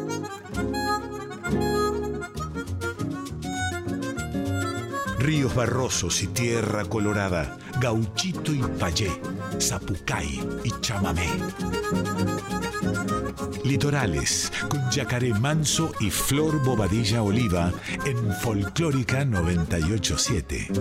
Ríos barrosos y tierra colorada, gauchito y payé, zapucay y chamamé. Litorales con yacaré manso y flor bobadilla oliva en Folclórica 98.7.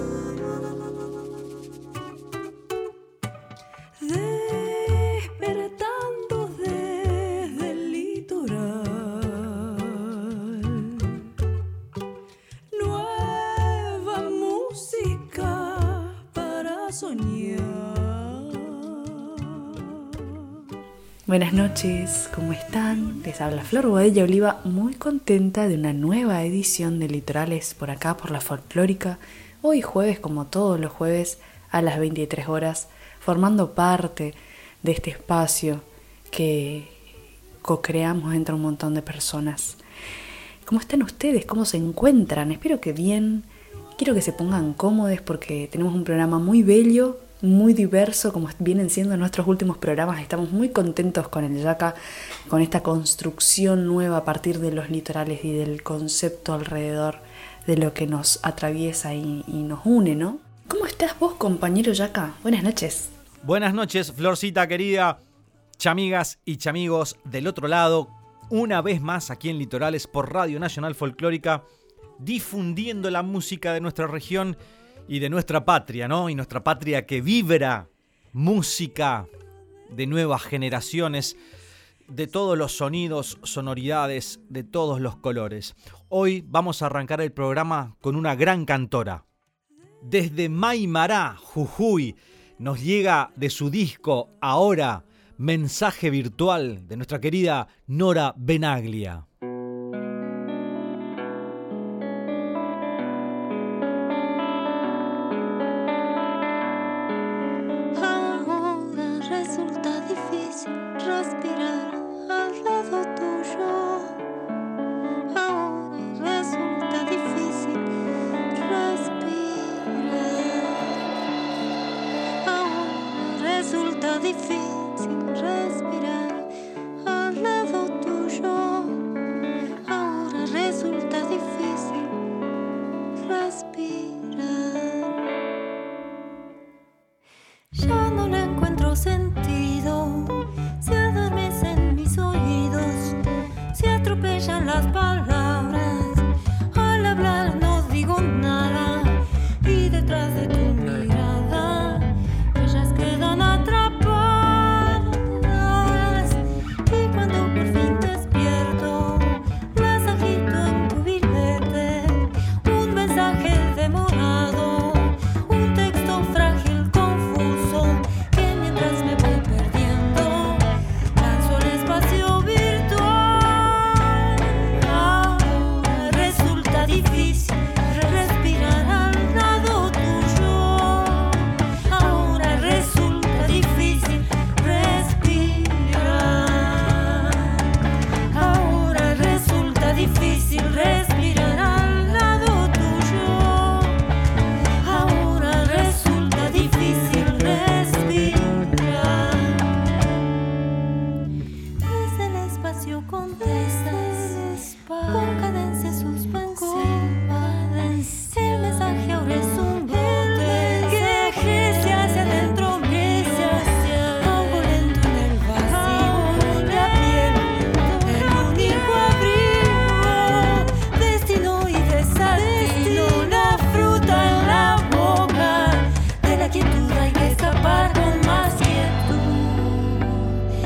Buenas noches, ¿cómo están? Les habla Flor Bobadilla Oliva, muy contenta de una nueva edición de Litorales por acá, por la Folclórica. Hoy jueves, como todos los jueves, a las 23 horas, formando parte de este espacio que co-creamos entre un montón de personas. ¿Cómo están ustedes? ¿Cómo se encuentran? Espero que bien. Quiero que se pongan cómodos porque tenemos un programa muy bello, muy diverso, como vienen siendo nuestros últimos programas. Estamos muy contentos con el Yaca, con esta construcción nueva a partir de los litorales y del concepto alrededor de lo que nos atraviesa y nos une, ¿no? ¿Cómo estás vos, compañero Yaca? Buenas noches. Buenas noches, Florcita querida, chamigas y chamigos del otro lado, una vez más aquí en Litorales por Radio Nacional Folclórica, difundiendo la música de nuestra región y de nuestra patria, ¿no? Y nuestra patria que vibra música de nuevas generaciones, de todos los sonidos, sonoridades, de todos los colores. Hoy vamos a arrancar el programa con una gran cantora. Desde Maimará, Jujuy, nos llega de su disco Ahora, Mensaje Virtual, de nuestra querida Nora Benaglia.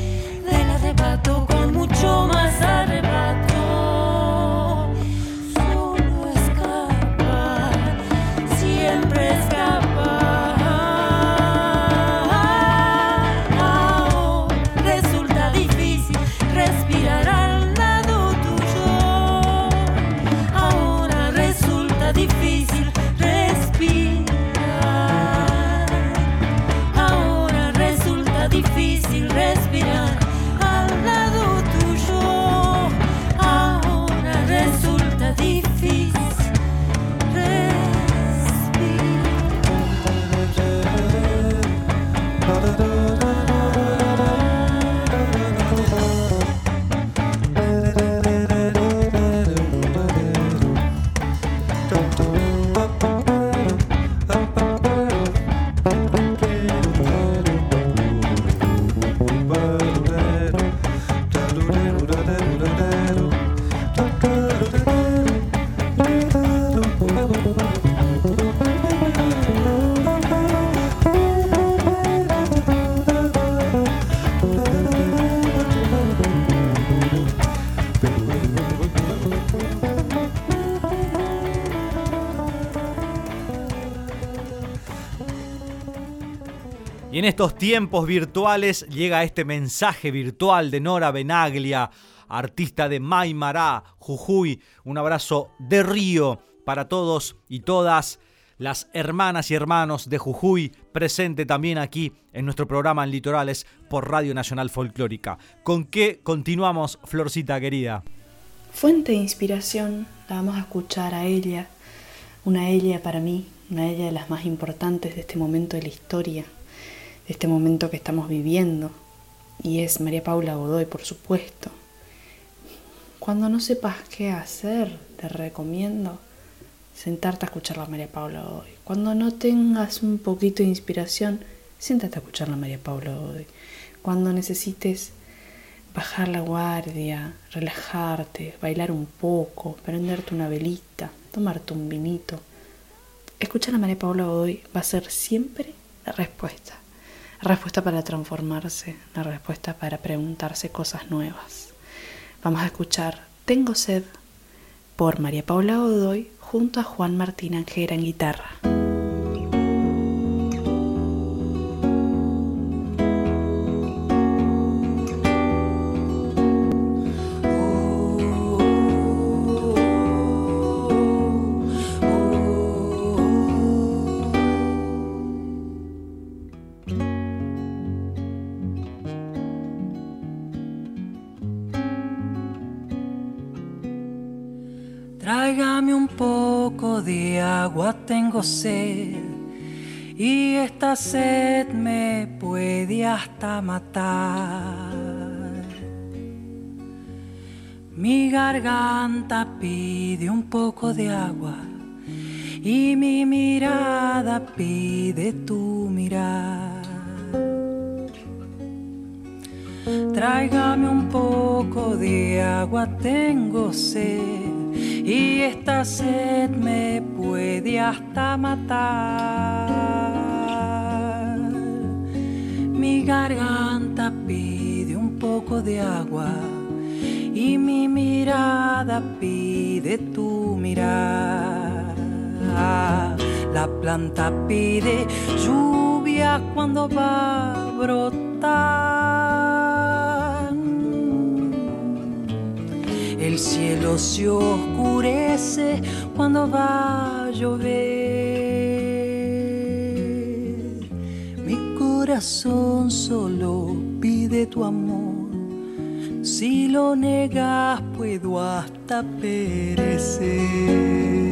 Con mucho más arrebato. Y en estos tiempos virtuales llega este mensaje virtual de Nora Benaglia, artista de Maimará, Jujuy. Un abrazo de Río para todos y todas las hermanas y hermanos de Jujuy, presente también aquí en nuestro programa en Litorales por Radio Nacional Folclórica. ¿Con qué continuamos, Florcita querida? Fuente de inspiración, la vamos a escuchar a ella, una ella para mí, una ella de las más importantes de este momento de la historia, de este momento que estamos viviendo, y es María Paula Godoy, por supuesto. Cuando no sepas qué hacer, te recomiendo sentarte a escuchar la María Paula Godoy. Cuando no tengas un poquito de inspiración, siéntate a escuchar la María Paula Godoy. Cuando necesites bajar la guardia, relajarte, bailar un poco, prenderte una velita, tomarte un vinito, escuchar a María Paula Godoy va a ser siempre la respuesta. La respuesta para transformarse, la respuesta para preguntarse cosas nuevas. Vamos a escuchar Tengo sed por María Paula Godoy junto a Juan Martín Anjera en guitarra. Tráigame un poco de agua, tengo sed, y esta sed me puede hasta matar. Mi garganta pide un poco de agua, y mi mirada pide tu mirar. Tráigame un poco de agua, tengo sed, y esta sed me puede hasta matar. Mi garganta pide un poco de agua, y mi mirada pide tu mirar. La planta pide lluvia cuando va a brotar. El cielo se oscurece cuando va a llover. Mi corazón solo pide tu amor. Si lo negas puedo hasta perecer.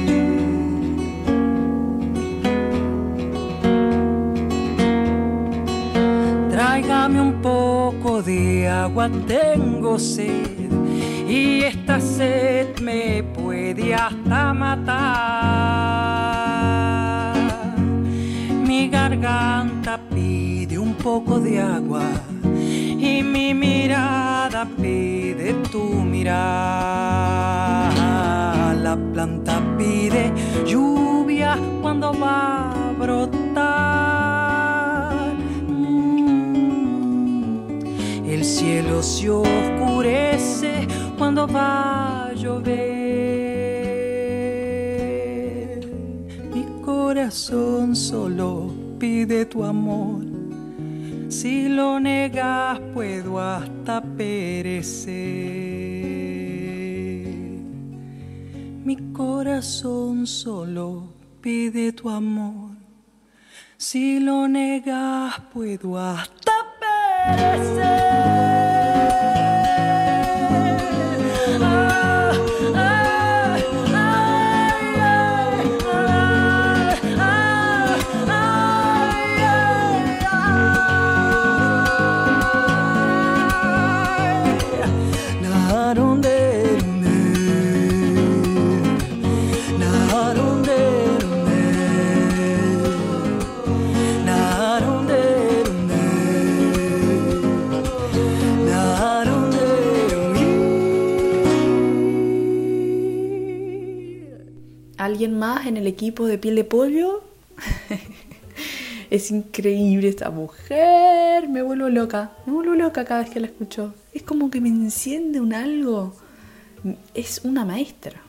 Tráigame un poco de agua, tengo sed, y esta sed me puede hasta matar. Mi garganta pide un poco de agua, y mi mirada pide tu mirar. La planta pide lluvia cuando va a brotar. El cielo se oscurece cuando va a llover. Mi corazón solo pide tu amor. Si lo negas puedo hasta perecer. Mi corazón solo pide tu amor. Si lo negas puedo hasta perecer. ¿Alguien más en el equipo de Piel de Pollo? Es increíble esta mujer, me vuelvo loca cada vez que la escucho. Es como que me enciende un algo. Es una maestra,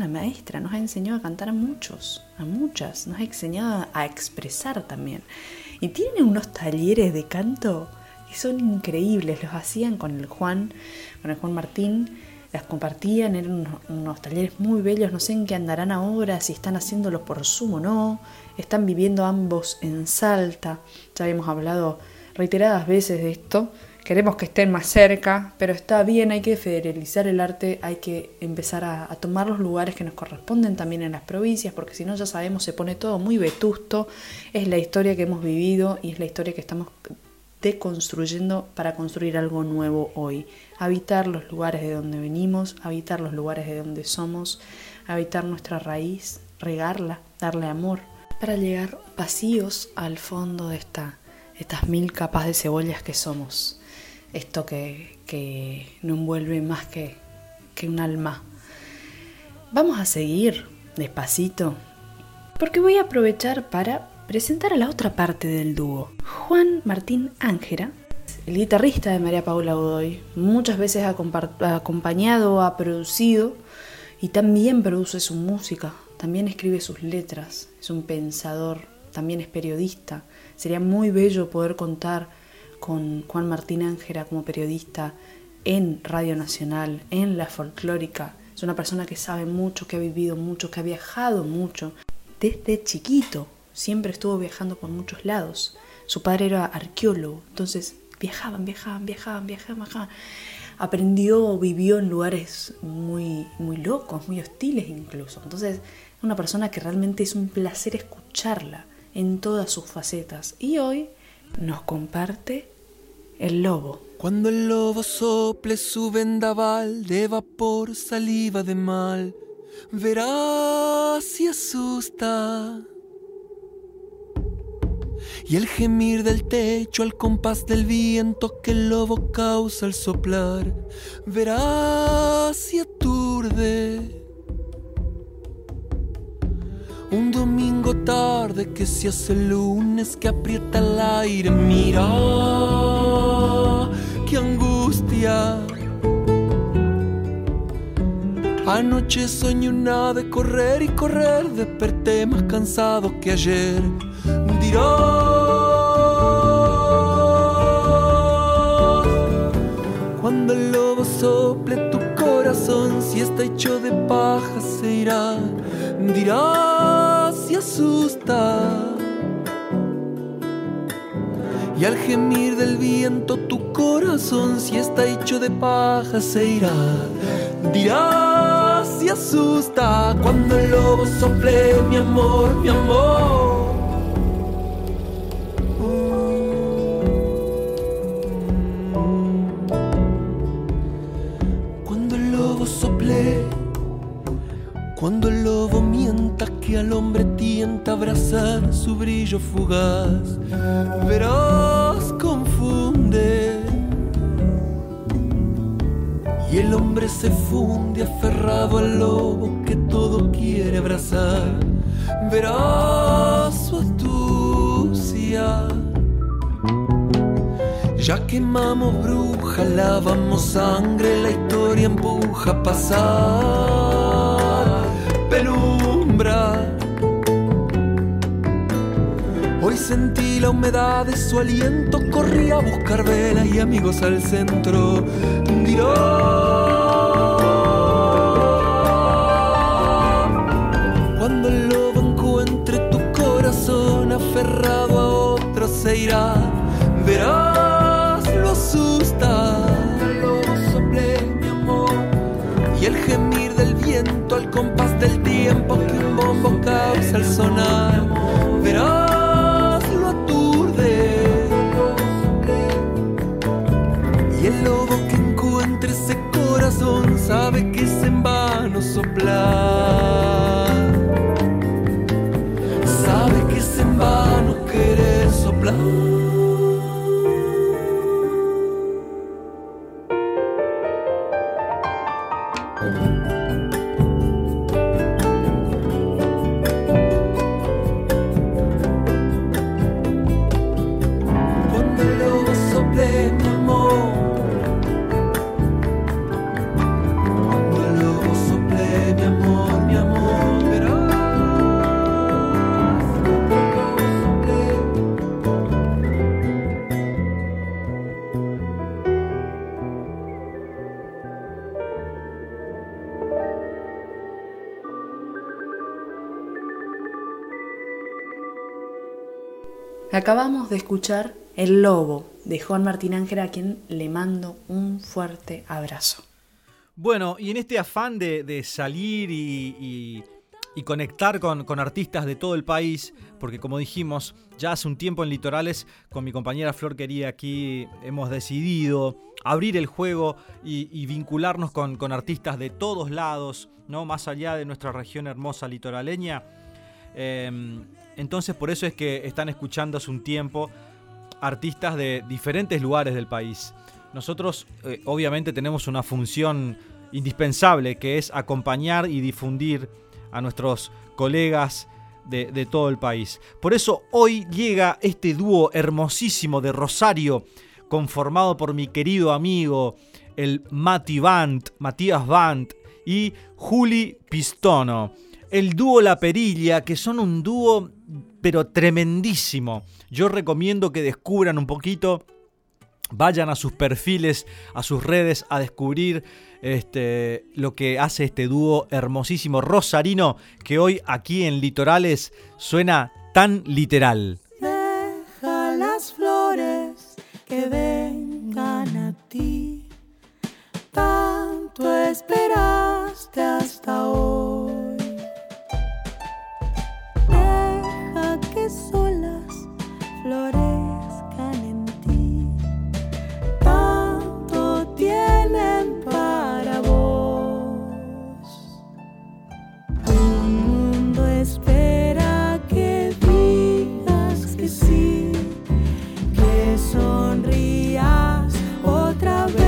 nos ha enseñado a cantar a muchos, a muchas, nos ha enseñado a expresar también. Y tienen unos talleres de canto que son increíbles. Los hacían con el Juan Martín, las compartían, eran unos talleres muy bellos. No sé en qué andarán ahora, si están haciéndolo por Zoom o no. Están viviendo ambos en Salta. Ya habíamos hablado reiteradas veces de esto. Queremos que estén más cerca, pero está bien, hay que federalizar el arte, hay que empezar a tomar los lugares que nos corresponden también en las provincias, porque si no, ya sabemos, se pone todo muy vetusto. Es la historia que hemos vivido y es la historia que estamos deconstruyendo para construir algo nuevo hoy. Habitar los lugares de donde venimos, habitar los lugares de donde somos, habitar nuestra raíz, regarla, darle amor, para llegar vacíos al fondo de estas 1000 capas de cebollas que somos. Esto que no envuelve más que un alma. Vamos a seguir despacito, porque voy a aprovechar para presentar a la otra parte del dúo. Juan Martín Ángera, el guitarrista de María Paula Godoy, muchas veces ha acompañado, ha producido y también produce su música, también escribe sus letras, es un pensador, también es periodista. Sería muy bello poder contar con Juan Martín Ángera como periodista en Radio Nacional, en La Folclórica. Es una persona que sabe mucho, que ha vivido mucho, que ha viajado mucho. Desde chiquito siempre estuvo viajando por muchos lados. Su padre era arqueólogo, entonces viajaban. Aprendió, vivió en lugares muy, muy locos, muy hostiles incluso. Entonces es una persona que realmente es un placer escucharla en todas sus facetas. Y hoy nos comparte El Lobo. Cuando el lobo sople su vendaval de vapor, saliva de mal, verás y asusta. Y el gemir del techo al compás del viento que el lobo causa al soplar, verás y aturde. Un domingo tarde que se hace lunes, que aprieta el aire, mira, qué angustia. Anoche soñé una de correr y correr, desperté más cansado que ayer. Dirás, cuando el lobo sople tu corazón, si está hecho de paja se irá. Dirás y asusta. Y al gemir del viento tu corazón, si está hecho de paja se irá. Dirás y asusta. Cuando el lobo sople, mi amor, mi amor. Cuando el lobo sople, cuando el lobo mienta, que al hombre tienta abrazar su brillo fugaz, verás confunde. Y el hombre se funde aferrado al lobo que todo quiere abrazar, verás su astucia. Ya quemamos bruja, lavamos sangre, la historia empuja a pasar. Penumbra. Hoy sentí la humedad de su aliento, corrí a buscar velas y amigos al centro. Dirá, cuando el lobo encuentre tu corazón aferrado a otro se irá. Verás, lo asusta. El lobo sople, mi amor. Y el gemir del viento al compás del tiempo que un bombo causa al sonar, verás, lo aturde. Y el lobo que encuentre ese corazón sabe que es en vano soplar, sabe que es en vano querer soplar. Acabamos de escuchar El Lobo de Juan Martín Ángel, a quien le mando un fuerte abrazo. Bueno, y en este afán de salir y conectar con artistas de todo el país, porque como dijimos, ya hace un tiempo en Litorales, con mi compañera Flor Querida aquí, hemos decidido abrir el juego y vincularnos con artistas de todos lados, ¿no? Más allá de nuestra región hermosa litoraleña. Entonces por eso es que están escuchando hace un tiempo artistas de diferentes lugares del país. Nosotros obviamente tenemos una función indispensable, que es acompañar y difundir a nuestros colegas de todo el país. Por eso hoy llega este dúo hermosísimo de Rosario, conformado por mi querido amigo, el Matías Band y Juli Pistono. El dúo La Perilla, que son un dúo pero tremendísimo. Yo recomiendo que descubran un poquito, vayan a sus perfiles, a sus redes, a descubrir lo que hace este dúo hermosísimo rosarino, que hoy aquí en Litorales suena tan literal. Deja las flores que vengan a ti, tanto esperaste hasta hoy. Deja que solas florezcan en ti, tanto tienen para vos. Tu mundo espera que digas que sí, que sonrías otra vez.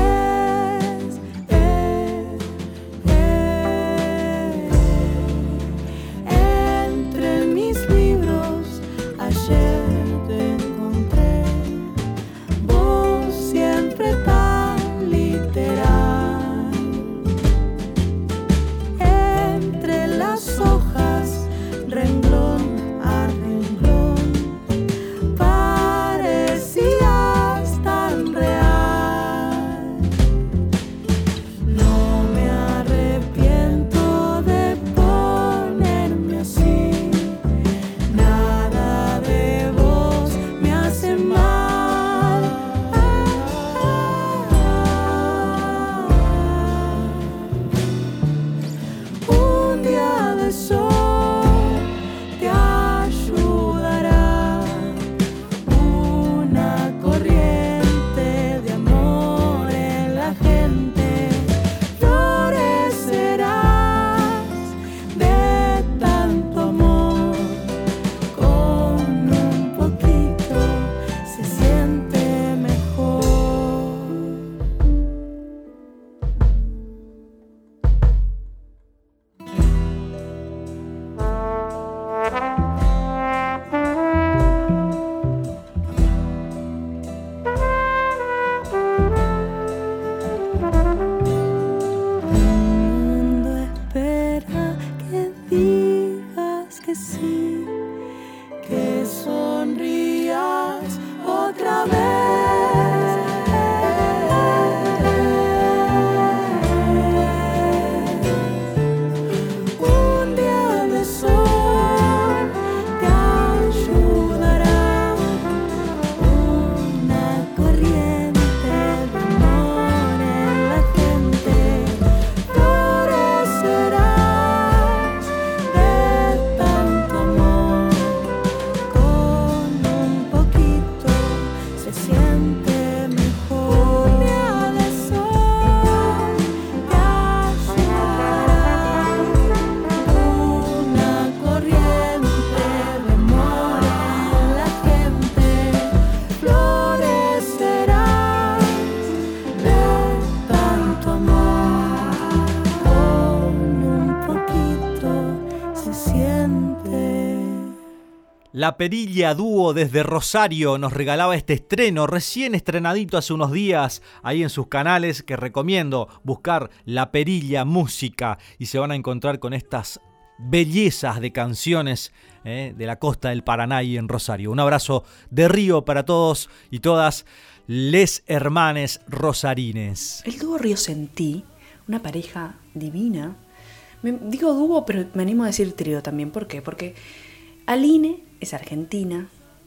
Entre mis libros ayer te encontré, vos siempre tan literal. Entre las hojas, renglón a renglón, parecías tan real. No me arrepiento de ponerme así, nada de vos me hace mal. Un día de sol te ayudará, una corriente de amor en la gente. Florecerás de tanto amor, con un poquito se siente mejor. El mundo espera que digas que sí, que sonrías otra vez. Un día de sol te ayudará, una corriente de amor en la gente. Florecerás de tanto amor, con un poquito se siente mejor. Un día de sol te ayudará, una corriente de amor en la gente. Florecerás de tanto amor, con un poquito se siente. La Perilla dúo desde Rosario nos regalaba este estreno, recién estrenadito hace unos días, ahí en sus canales, que recomiendo buscar La Perilla Música y se van a encontrar con estas bellezas de canciones de la costa del Paraná y en Rosario. Un abrazo de río para todos y todas les hermanes rosarines. El dúo Río Sentí, una pareja divina. Digo dúo, pero me animo a decir trío también. ¿Por qué? Porque Aline es argentina,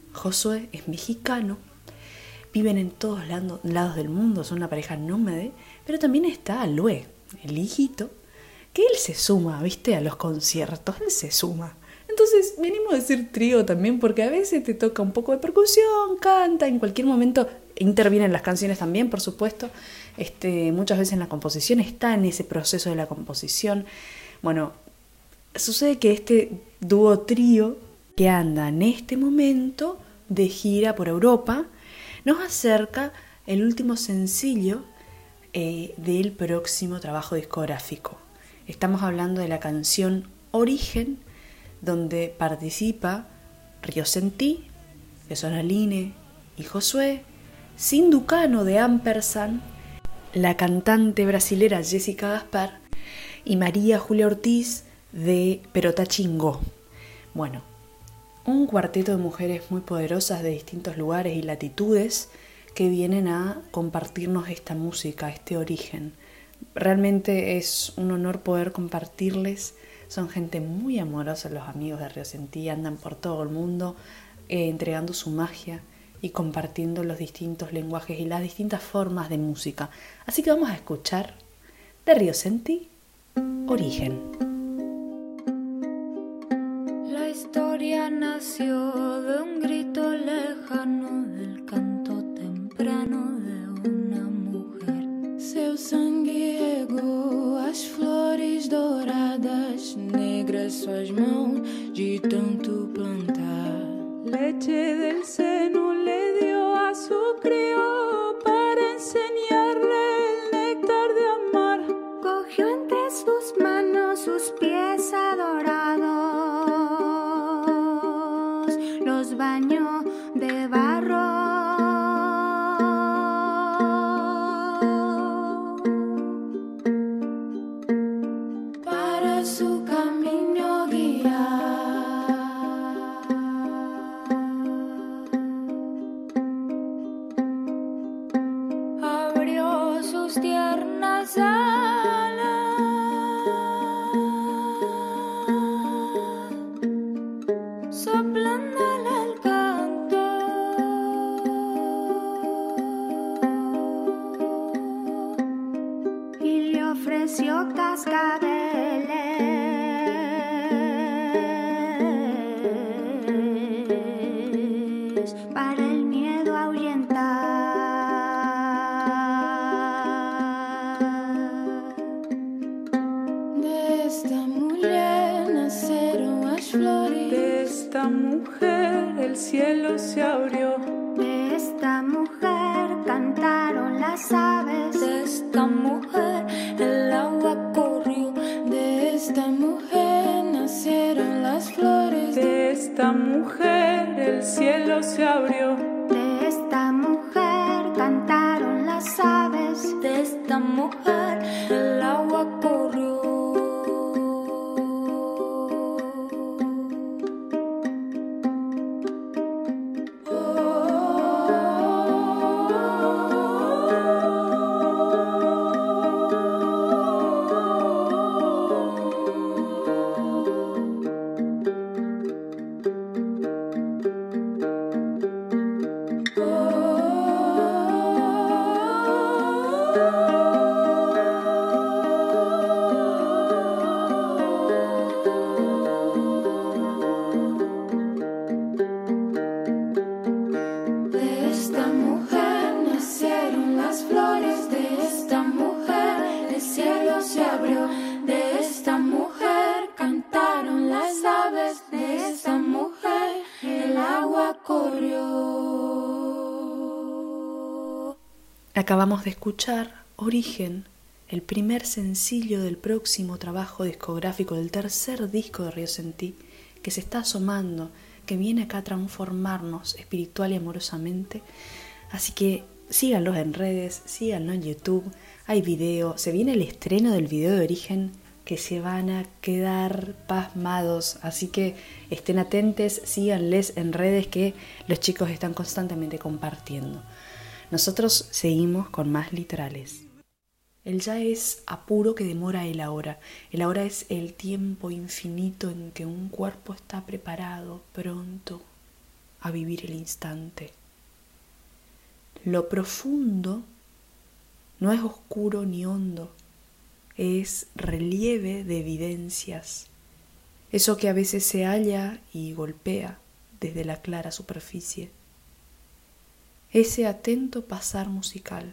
Josué es mexicano, viven en todos lados del mundo, son una pareja nómade, pero también está Lue, el hijito, que él se suma, ¿viste? A los conciertos, él se suma. Entonces venimos a decir trío también porque a veces te toca un poco de percusión, canta, en cualquier momento intervienen las canciones también, por supuesto. Muchas veces la composición está en ese proceso de la composición. Bueno, sucede que este dúo trío que anda en este momento de gira por Europa nos acerca el último sencillo del próximo trabajo discográfico. Estamos hablando de la canción Origen, donde participa Río Sentí, que son Aline y Josué, Sinducano de Ampersand, la cantante brasilera Jessica Gaspar y María Julia Ortiz de Perota Chingó. Bueno, un cuarteto de mujeres muy poderosas de distintos lugares y latitudes que vienen a compartirnos esta música, este origen. Realmente es un honor poder compartirles. Son gente muy amorosa, los amigos de Río Sentí, andan por todo el mundo entregando su magia y compartiendo los distintos lenguajes y las distintas formas de música. Así que vamos a escuchar de Río Sentí, Origen. La historia nació de un grito lejano, del canto temprano de una mujer. Seu sangue regou as flores douradas, negras suas mãos de tanto plantar. Leche del seno le dio a su crío para enseñarle el néctar de amar. Cogió entre sus manos sus pies adorados, los bañó de barro. Para su camino guiar. Abrió sus tiernas alas, soplándole el canto, y le ofreció cascabeles para el miedo ahuyentar. De esta mujer nacieron las flores. De esta mujer el cielo se abrió. De esta mujer cantaron las aves. De esta mujer el agua corrió. De esta mujer nacieron las flores. De esta mujer el cielo se abrió. De esta mujer cantaron las aves. De esta mujer el agua corrió. De esta mujer nacieron las flores. De esta mujer el cielo se abrió. De esta mujer cantaron las aves. De esta mujer el agua corrió. Acabamos de escuchar Origen, el primer sencillo del próximo trabajo discográfico, del tercer disco de Río Sentí, que se está asomando, que viene acá a transformarnos espiritual y amorosamente. Así que síganlos en redes, síganlo en YouTube, hay video, se viene el estreno del video de Origen que se van a quedar pasmados, así que estén atentos, síganles en redes que los chicos están constantemente compartiendo. Nosotros seguimos con más litorales. El ya es apuro que demora el ahora. El ahora es el tiempo infinito en que un cuerpo está preparado, pronto, a vivir el instante. Lo profundo no es oscuro ni hondo, es relieve de evidencias, eso que a veces se halla y golpea desde la clara superficie, ese atento pasar musical,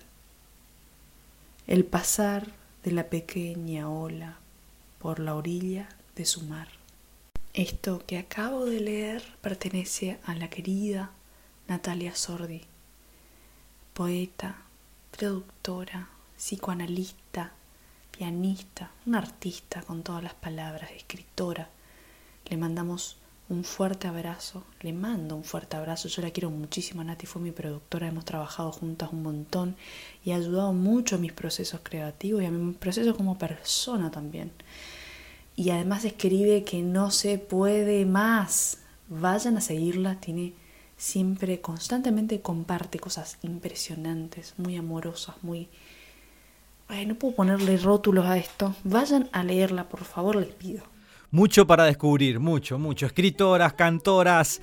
el pasar de la pequeña ola por la orilla de su mar. Esto que acabo de leer pertenece a la querida Natalia Sordi, poeta, traductora, psicoanalista, pianista, una artista con todas las palabras, escritora. Le mandamos un fuerte abrazo, le mando un fuerte abrazo. Yo la quiero muchísimo, Nati fue mi productora, hemos trabajado juntas un montón y ha ayudado mucho a mis procesos creativos y a mi proceso como persona también. Y además escribe que no se puede más. Vayan a seguirla, tiene siempre, constantemente comparte cosas impresionantes, muy amorosas, muy... Ay, no puedo ponerle rótulos a esto. Vayan a leerla, por favor, les pido. Mucho para descubrir, mucho. Escritoras, cantoras,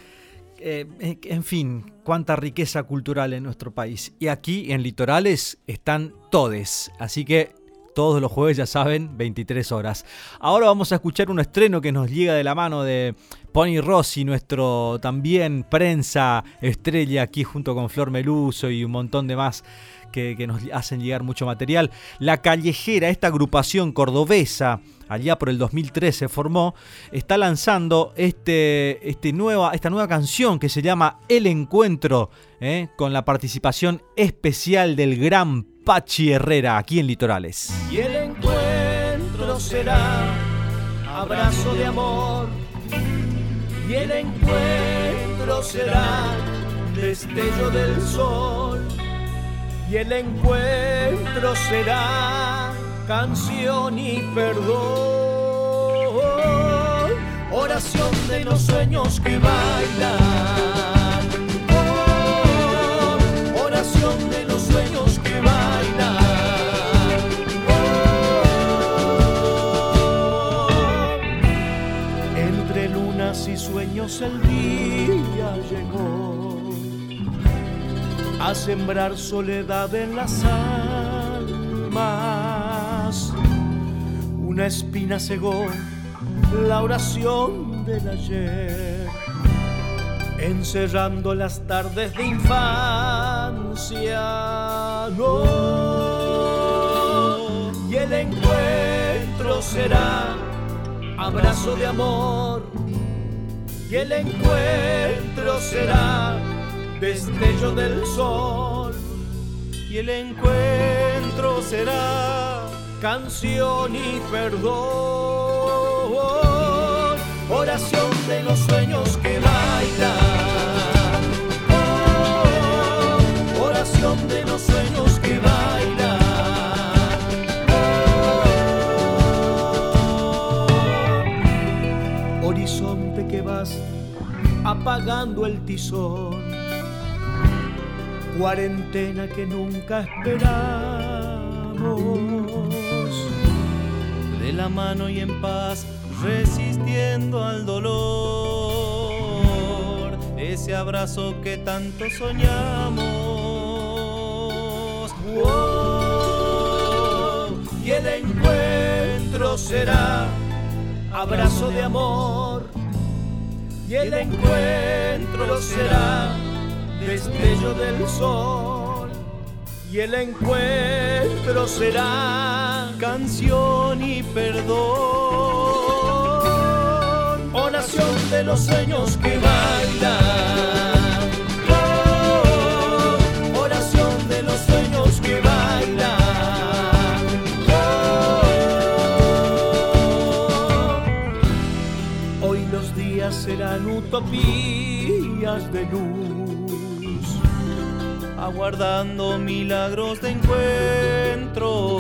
en fin, cuánta riqueza cultural en nuestro país. Y aquí en Litorales están todes, así que todos los jueves, ya saben, 23 horas. Ahora vamos a escuchar un estreno que nos llega de la mano de Pony Rossi, nuestro también prensa estrella aquí junto con Flor Meluso y un montón de más que nos hacen llegar mucho material. La Callejera, esta agrupación cordobesa, allá por el 2013 se formó, está lanzando esta nueva canción que se llama El Encuentro, con la participación especial del gran Pachi Herrera aquí en Litorales. Y el encuentro será abrazo de amor, y el encuentro será destello del sol, y el encuentro será canción y perdón, oración de los sueños que bailan, oración de los sueños que bailan, entre lunas y sueños el día llegó a sembrar soledad en las almas. Una espina cegó la oración del ayer, encerrando las tardes de infancia. No, y el encuentro será abrazo de amor, y el encuentro será destello del sol, y el encuentro será canción y perdón, oración de los sueños que bailan, oración de los sueños que bailan, horizonte que vas apagando el tizón, cuarentena que nunca esperamos, de la mano y en paz resistiendo al dolor, ese abrazo que tanto soñamos. Y el encuentro será abrazo de amor, y el encuentro será destello del sol, y el encuentro será canción y perdón, oración de los sueños que bailan, oración de los sueños que bailan, hoy los días serán utopías de luz, aguardando milagros de encuentro.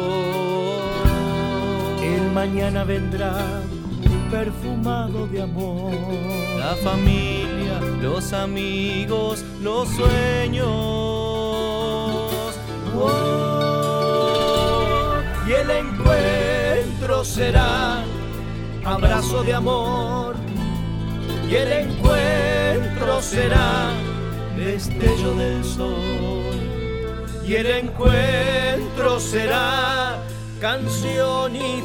El mañana vendrá perfumado de amor, la familia, los amigos, los sueños. Y el encuentro será abrazo de amor, y el encuentro encuentro será destello del sol, y el encuentro será canción y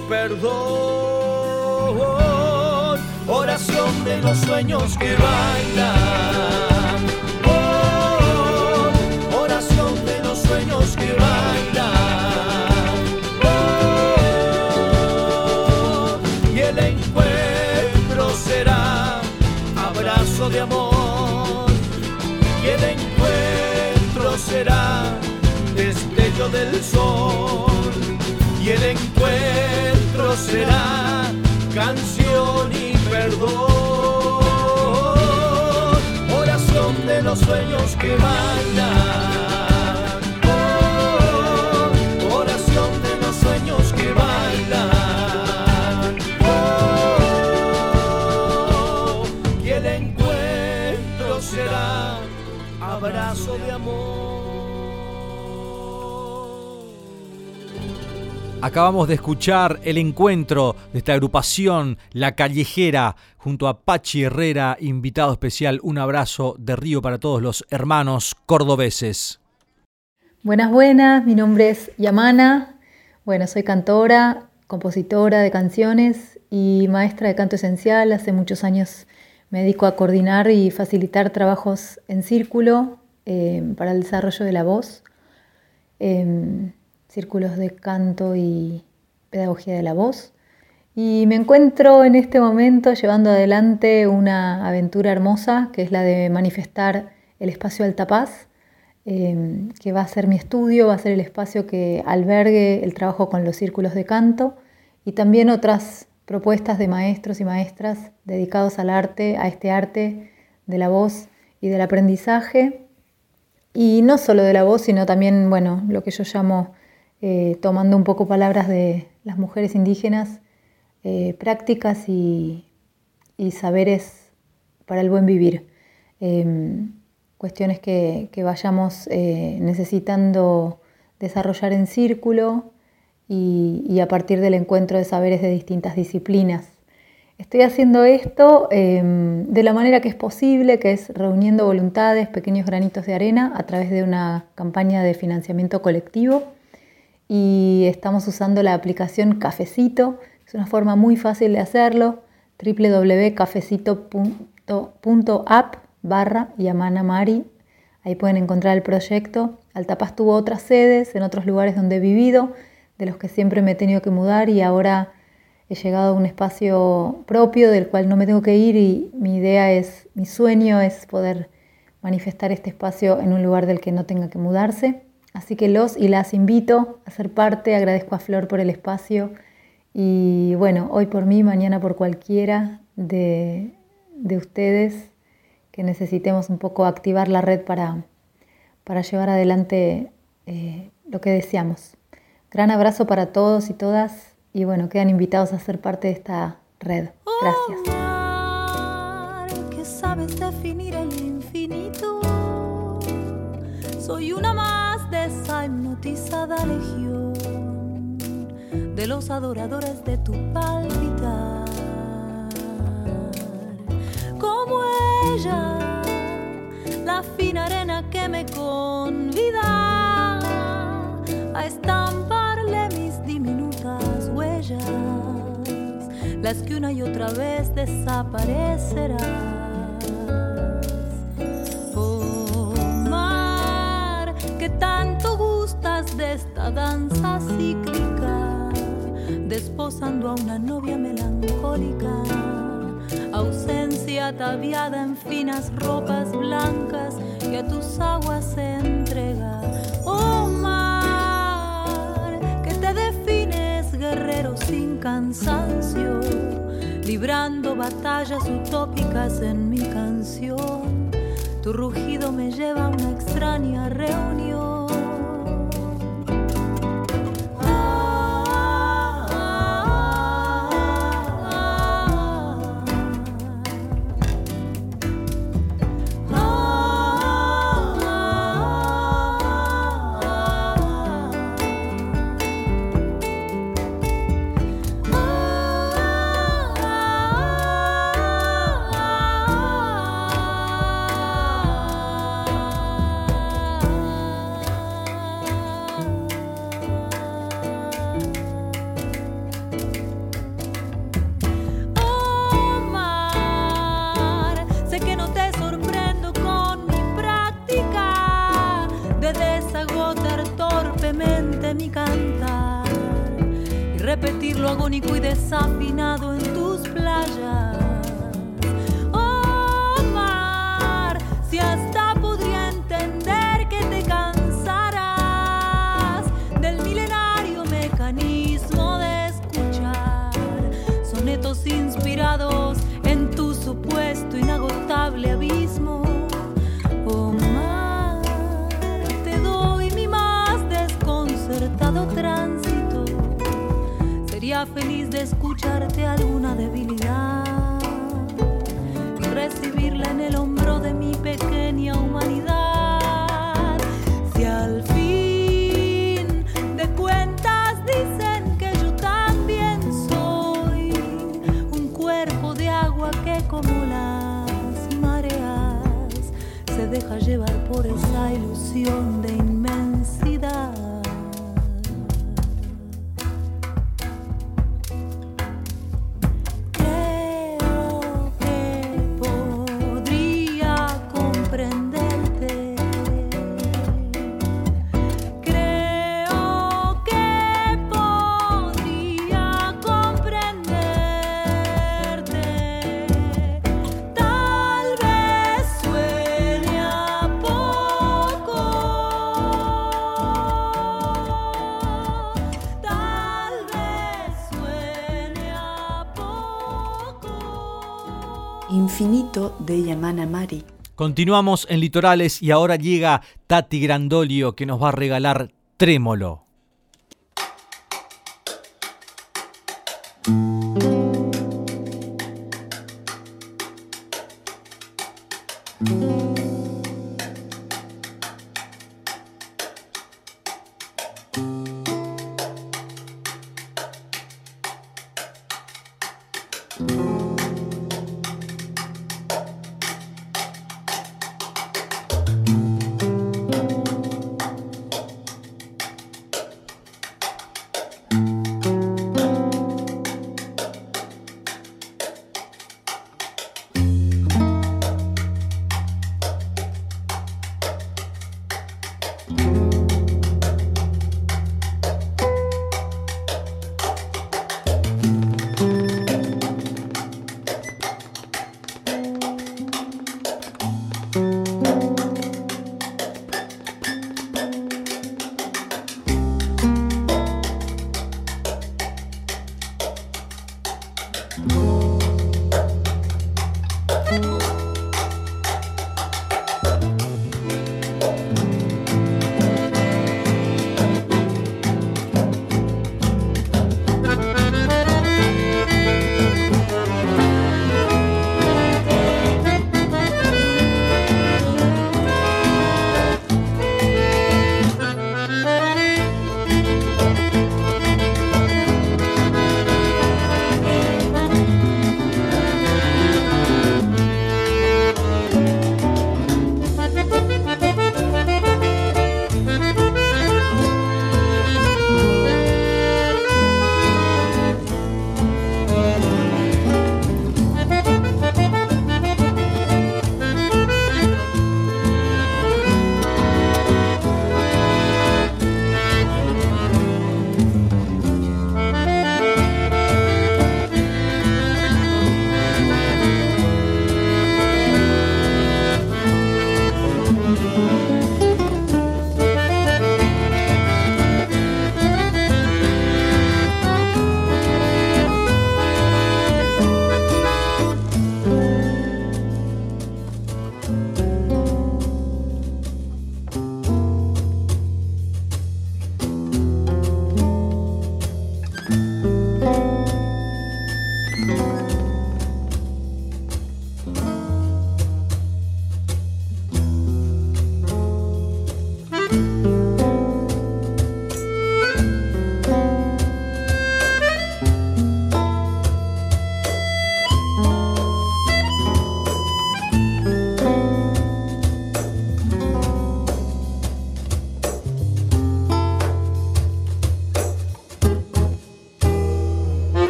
perdón, oración de los sueños que bailan, oh, oración de los sueños que bailan, oh, y el encuentro será abrazo de amor, y el encuentro será destello del sol, y el encuentro será canción y perdón, oración de los sueños que bailan, oh, oración de los sueños que bailan, oh, y el encuentro será abrazo de amor. Acabamos de escuchar el encuentro de esta agrupación La Callejera junto a Pachi Herrera, invitado especial. Un abrazo de Río para todos los hermanos cordobeses. Buenas, buenas, mi nombre es Yamana. Bueno, soy cantora, compositora de canciones y maestra de canto esencial. Hace muchos años me dedico a coordinar y facilitar trabajos en círculo para el desarrollo de la voz. Círculos de canto y pedagogía de la voz. Y me encuentro en este momento llevando adelante una aventura hermosa, que es la de manifestar el espacio Altapaz, que va a ser mi estudio, va a ser el espacio que albergue el trabajo con los círculos de canto y también otras propuestas de maestros y maestras dedicados al arte, a este arte de la voz y del aprendizaje. Y no solo de la voz, sino también, bueno, lo que yo llamo tomando un poco palabras de las mujeres indígenas, prácticas y saberes para el buen vivir. Cuestiones que vayamos necesitando desarrollar en círculo y a partir del encuentro de saberes de distintas disciplinas. Estoy haciendo esto de la manera que es posible, que es reuniendo voluntades, pequeños granitos de arena a través de una campaña de financiamiento colectivo. Y estamos usando la aplicación Cafecito, es una forma muy fácil de hacerlo, www.cafecito.app/YamanaMari. Ahí pueden encontrar el proyecto. Altapaz tuvo otras sedes en otros lugares donde he vivido, de los que siempre me he tenido que mudar y ahora he llegado a un espacio propio del cual no me tengo que ir y mi sueño es poder manifestar este espacio en un lugar del que no tenga que mudarse. Así que los y las invito a ser parte, agradezco a Flor por el espacio y bueno, hoy por mí, mañana por cualquiera de ustedes que necesitemos un poco activar la red para llevar adelante lo que deseamos. Gran abrazo para todos y todas y bueno, quedan invitados a ser parte de esta red. Gracias. Que sabes definir el infinito. Soy una más de esa hipnotizada legión de los adoradores de tu palpitar. Como ella, la fina arena que me convida a estamparle mis diminutas huellas, las que una y otra vez desaparecerán. Que tanto gustas de esta danza cíclica, desposando a una novia melancólica, ausencia ataviada en finas ropas blancas que a tus aguas se entrega. Oh mar, que te defines guerrero sin cansancio, librando batallas utópicas en mi canción. Tu rugido me lleva a una extraña reunión. repetir lo agónico y desafinado en tus playas. Oh, mar, si hasta podría entender que te cansarás del milenario mecanismo de escuchar sonetos inspirados en tu supuesto inagotable abismo. Oh, mar, te doy mi más desconcertado tránsito. Sería feliz de escucharte alguna debilidad y recibirla en el hombro de mi pequeña humanidad. Si al fin de cuentas dicen que yo también soy un cuerpo de agua que como las mareas se deja llevar por esa ilusión de inmensidad. Infinito de Yamana Mari. Continuamos en Litorales y ahora llega Tati Grandolio que nos va a regalar Trémolo.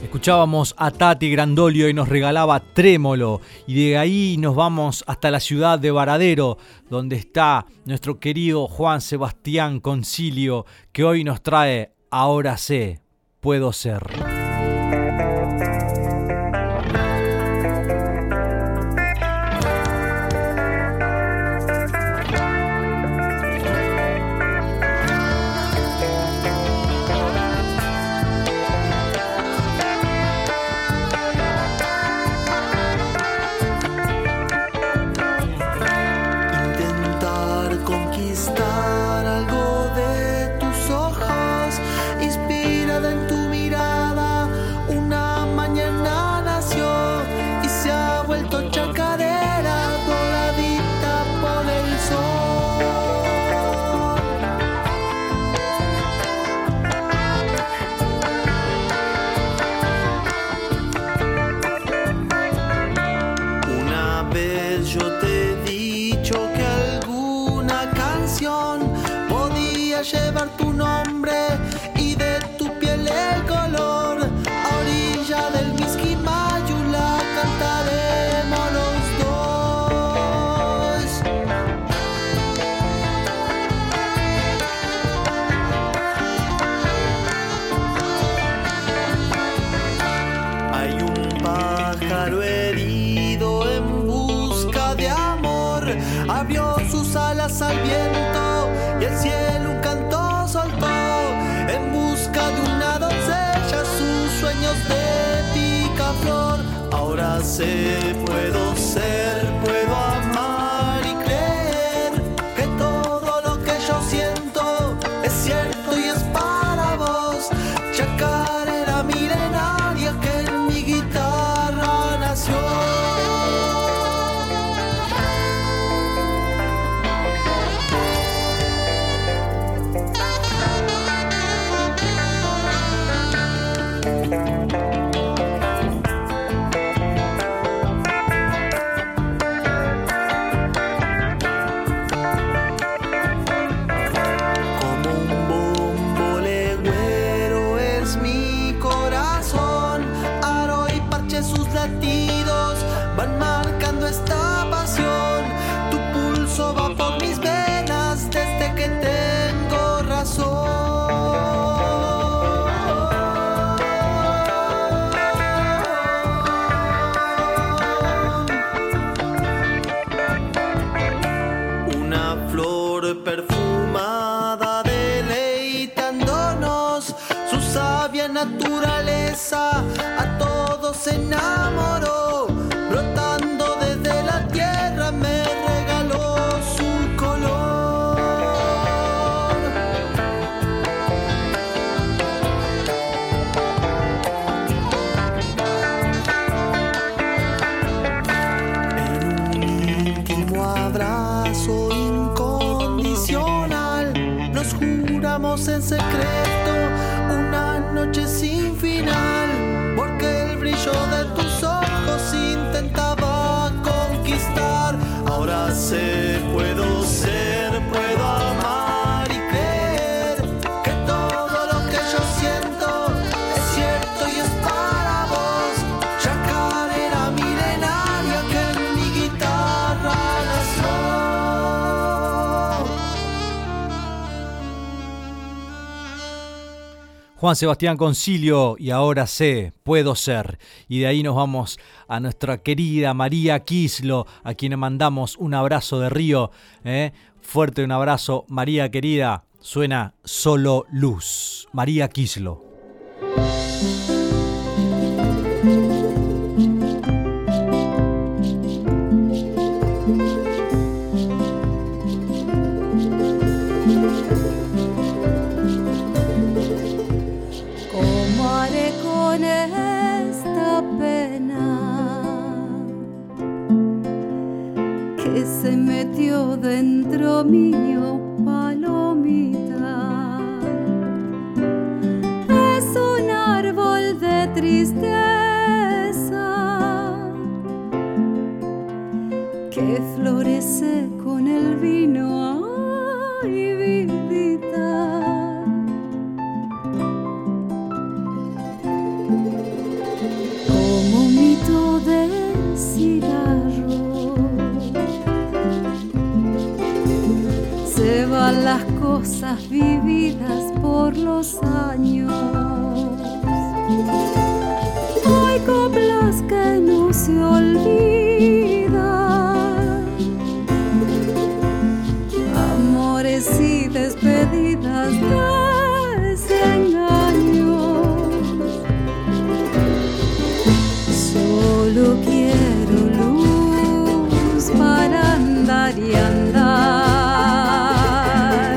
Escuchábamos a Tati Grandolio y nos regalaba Trémolo. Y de ahí nos vamos hasta la ciudad de Varadero, donde está nuestro querido Juan Sebastián Concilio, que hoy nos trae Ahora sé, puedo ser. Llevar tu nombre y de tu piel el color. A orilla del Misquimayula cantaremos los dos. Hay un pájaro herido en busca de amor. Abrió sus alas al viento y el cielo un canto soltó. En busca de una doncella sus sueños de picaflor. Ahora sé, puedo ser, puedo amar y creer que todo lo que yo siento es cierto y es para vos. Chacarera milenaria que en mi guitarra nació. Van marcando esta pasión. Tu pulso va por mis venas desde que tengo razón. Una flor perfumada deleitándonos, su sabia naturaleza a todos enamoró. Brotando desde la tierra me regaló su color. En un íntimo abrazo incondicional nos juramos en secreto una noche sin final, porque el brillo de tus ojos intentaba conquistar. Ahora sé, puedo ser, puedo amar y creer que todo lo que yo siento es cierto y es para vos. Chacarera milenaria que en mi guitarra nació. Juan Sebastián Concilio y Ahora sé, puedo ser. Y de ahí nos vamos a nuestra querida María Quislo, a quien mandamos un abrazo de río. Fuerte un abrazo, María querida. Suena Solo Luz. María Quislo. Se metió dentro mío, palomita. Es un árbol de tristeza que florece con el vino, ay, vidita. cosas vividas por los años. Hay coplas que no se olvidan, amores y despedidas, desengaños. Solo quiero luz para andar y andar.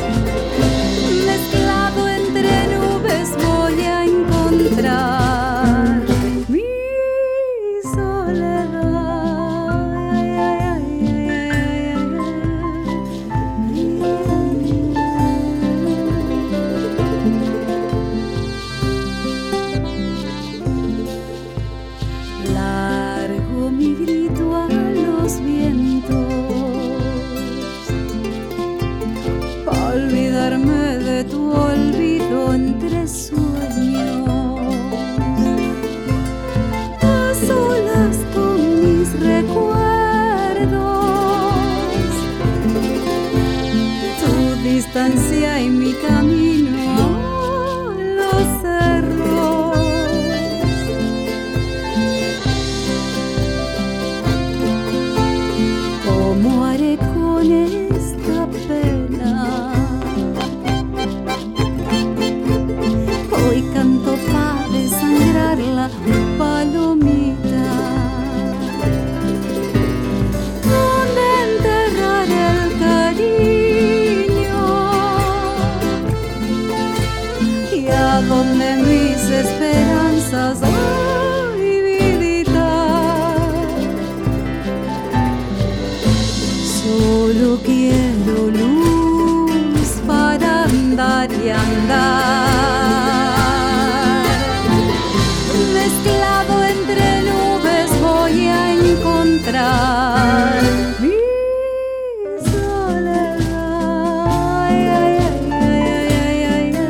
Mezclado entre nubes voy a encontrar mi largo mi grito a los vientos, pa' olvidarme de tu olvido entre sueños, a solas con mis recuerdos, tu distancia y mi camino a los cerros. ¿Cómo haré con esta pena? Hoy canto pa' desangrar la palomita. ¿Dónde enterrar el cariño? ¿Y a dónde mis esperanzas? Ay, vidita. Solo quiero luz para andar y andar. Mezclado entre nubes voy a encontrar mi soledad. Ay, ay, ay, ay, ay, ay, ay,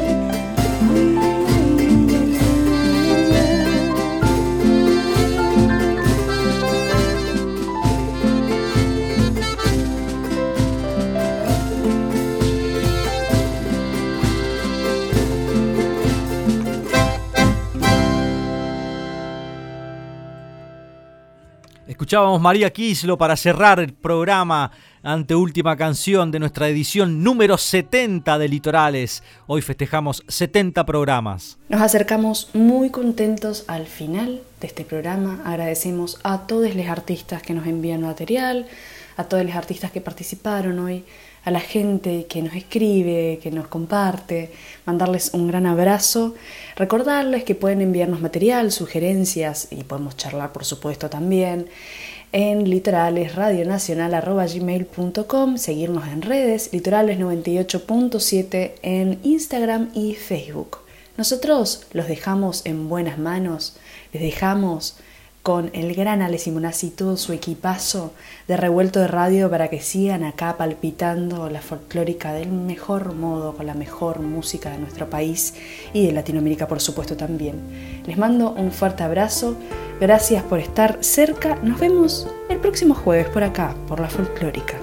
Escuchábamos María Kislo para cerrar el programa, anteúltima canción de nuestra edición número 70 de Litorales. Hoy festejamos 70 programas. Nos acercamos muy contentos al final de este programa. Agradecemos a todos los artistas que nos envían material, a todos los artistas que participaron hoy, a la gente que nos escribe, que nos comparte, mandarles un gran abrazo, recordarles que pueden enviarnos material, sugerencias y podemos charlar por supuesto también en litoralesradionacional@gmail.com, seguirnos en redes, litorales98.7 en Instagram y Facebook. Nosotros los dejamos en buenas manos, les dejamos con el gran Ale Simonazzi y todo su equipazo de Revuelto de Radio para que sigan acá palpitando la folclórica del mejor modo, con la mejor música de nuestro país y de Latinoamérica por supuesto también. Les mando un fuerte abrazo, gracias por estar cerca, nos vemos el próximo jueves por acá, por la folclórica.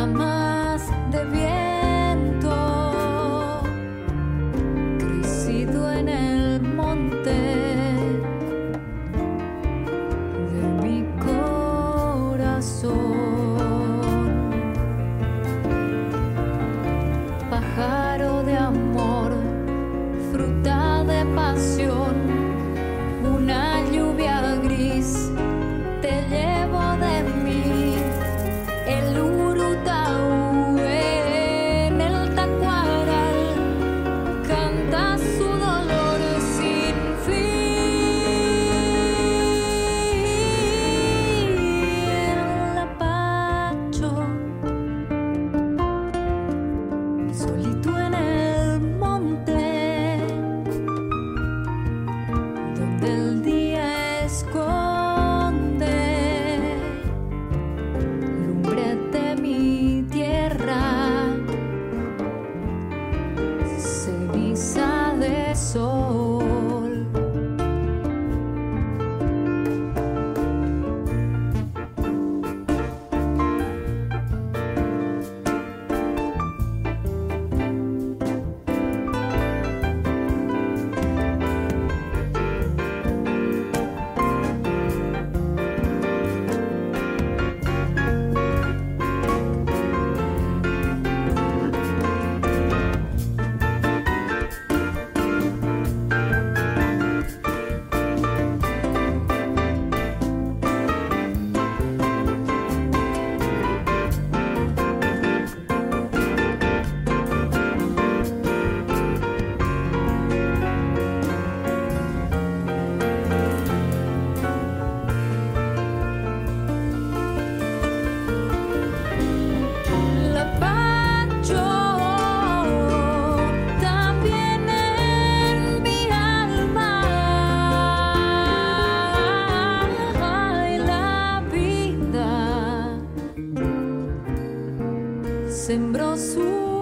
ramas de viento, crecido en el monte de mi corazón. Pájaro de amor, fruta de pasión, una lluvia gris, te llevo de mí, el urutau en el tacuaral, canta su dolor sin fin. El apacho, solito en el monte, donde el día esconde lumbre de mi tierra, ceniza de sol. También en mi alma, ay, la vida sembró su